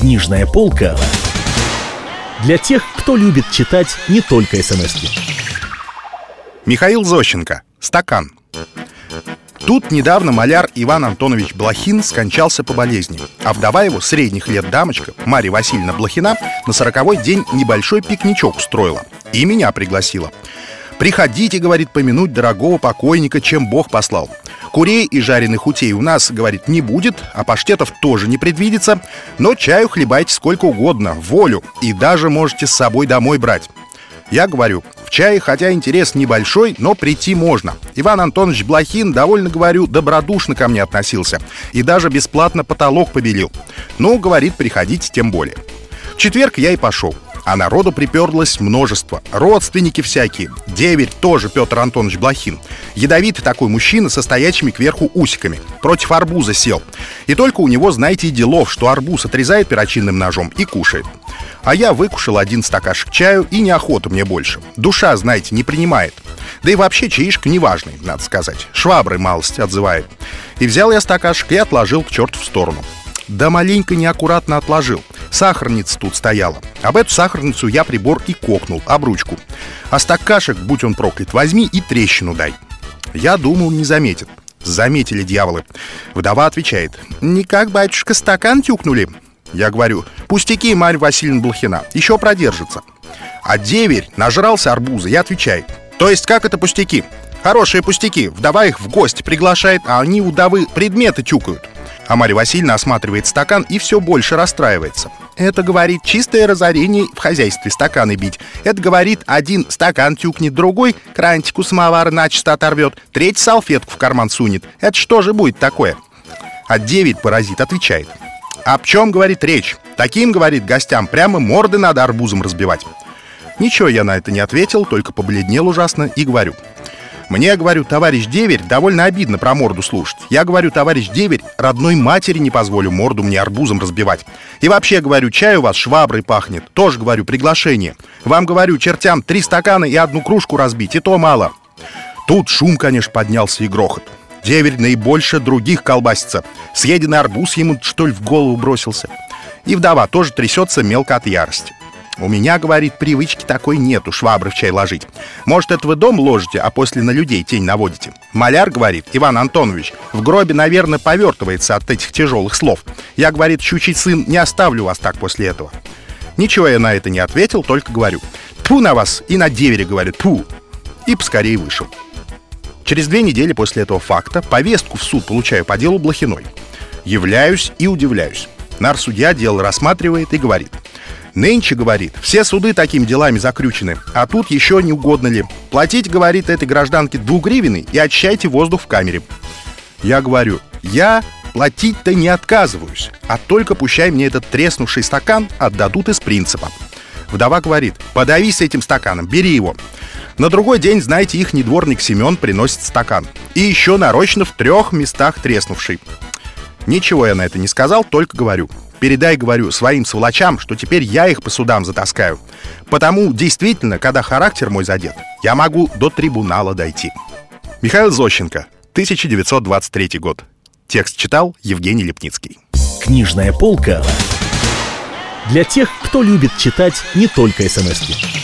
Книжная полка для тех, кто любит читать не только смски. Михаил Зощенко. «Стакан». Тут недавно маляр Иван Антонович Блохин скончался по болезни, а вдова его, средних лет дамочка, Марья Васильевна Блохина, на 40-й день небольшой пикничок устроила и меня пригласила. «Приходите, — говорит, — помянуть дорогого покойника, чем Бог послал. Курей и жареных утей у нас, — говорит, — не будет, а паштетов тоже не предвидится, но чаю хлебайте сколько угодно, в волю, и даже можете с собой домой брать». Я говорю: в чае, хотя интерес небольшой, но прийти можно. Иван Антонович Блохин, довольно, говорю, добродушно ко мне относился и даже бесплатно потолок побелил. Ну, говорит, приходите тем более. В четверг я и пошел. А народу приперлось множество. Родственники всякие. Деверь тоже Петр Антонович Блохин. Ядовитый такой мужчина со стоячими кверху усиками. Против арбуза сел. И только у него, знаете, и делов, что арбуз отрезает перочинным ножом и кушает. А я выкушал один стакашек чаю, и неохота мне больше. Душа, знаете, не принимает. Да и вообще чаишка неважный, надо сказать. Швабры малость отзывает. И взял я стакашек и отложил к черту в сторону. Да маленько неаккуратно отложил. Сахарница тут стояла. Об эту сахарницу я прибор и кокнул, об ручку. А стакашек, будь он проклят, возьми и трещину дай. Я думал, не заметит. Заметили дьяволы. Вдова отвечает: «Никак, батюшка, стакан тюкнули». Я говорю: «Пустяки, Марья Васильевна Блохина, еще продержится». А деверь нажрался арбуза и отвечает: «То есть как это пустяки? Хорошие пустяки, вдова их в гости приглашает, а они у вдовы предметы тюкают». А Марья Васильевна осматривает стакан и все больше расстраивается. «Это, — говорит, — чистое разорение в хозяйстве стаканы бить. Это, — говорит, — один стакан тюкнет, другой крантик у самовара начисто оторвет, третий салфетку в карман сунет. Это что же будет такое?» А деверь, паразит, отвечает: «Об чем, — говорит, — речь? Таким, — говорит, — гостям прямо морды надо арбузом разбивать». Ничего я на это не ответил, только побледнел ужасно и говорю: «Мне, — говорю, — товарищ деверь, довольно обидно про морду слушать. Я, — говорю, — товарищ деверь, родной матери не позволю морду мне арбузом разбивать. И вообще, — говорю, — чай у вас шваброй пахнет. Тоже, — говорю, — приглашение. Вам, — говорю, — чертям 3 стакана и 1 кружку разбить, и то мало». Тут шум, конечно, поднялся и грохот. Деверь наибольше других колбасится. Съеденный арбуз ему, что ли, в голову бросился. И вдова тоже трясется мелко от ярости. «У меня, — говорит, — привычки такой нету швабры в чай ложить. Может, это вы дом ложите, а после на людей тень наводите. Маляр, — говорит, — Иван Антонович, в гробе, наверное, повертывается от этих тяжелых слов. Я, — говорит, — щучий сын, не оставлю вас так после этого». Ничего я на это не ответил, только говорю: «Тьфу на вас и на деверя, — говорит, — тьфу». И поскорее вышел. Через 2 недели после этого факта повестку в суд получаю по делу Блохиной. Являюсь и удивляюсь. Нарсудья дело рассматривает и говорит: «Нынче, — говорит, — все суды такими делами закрючены, а тут еще не угодно ли. Платить, — говорит, — этой гражданке 2 гривны и очищайте воздух в камере». Я говорю: «Я платить-то не отказываюсь, а только пущай мне этот треснувший стакан отдадут из принципа». Вдова говорит: «Подавись этим стаканом, бери его». На другой день, знаете, ихний дворник Семен приносит стакан. И еще нарочно в 3 местах треснувший. Ничего я на это не сказал, только говорю: «Передай, — говорю, — своим сволочам, что теперь я их по судам затаскаю. Потому, действительно, когда характер мой задет, я могу до трибунала дойти». Михаил Зощенко, 1923 год. Текст читал Евгений Лепницкий. Книжная полка для тех, кто любит читать не только смски.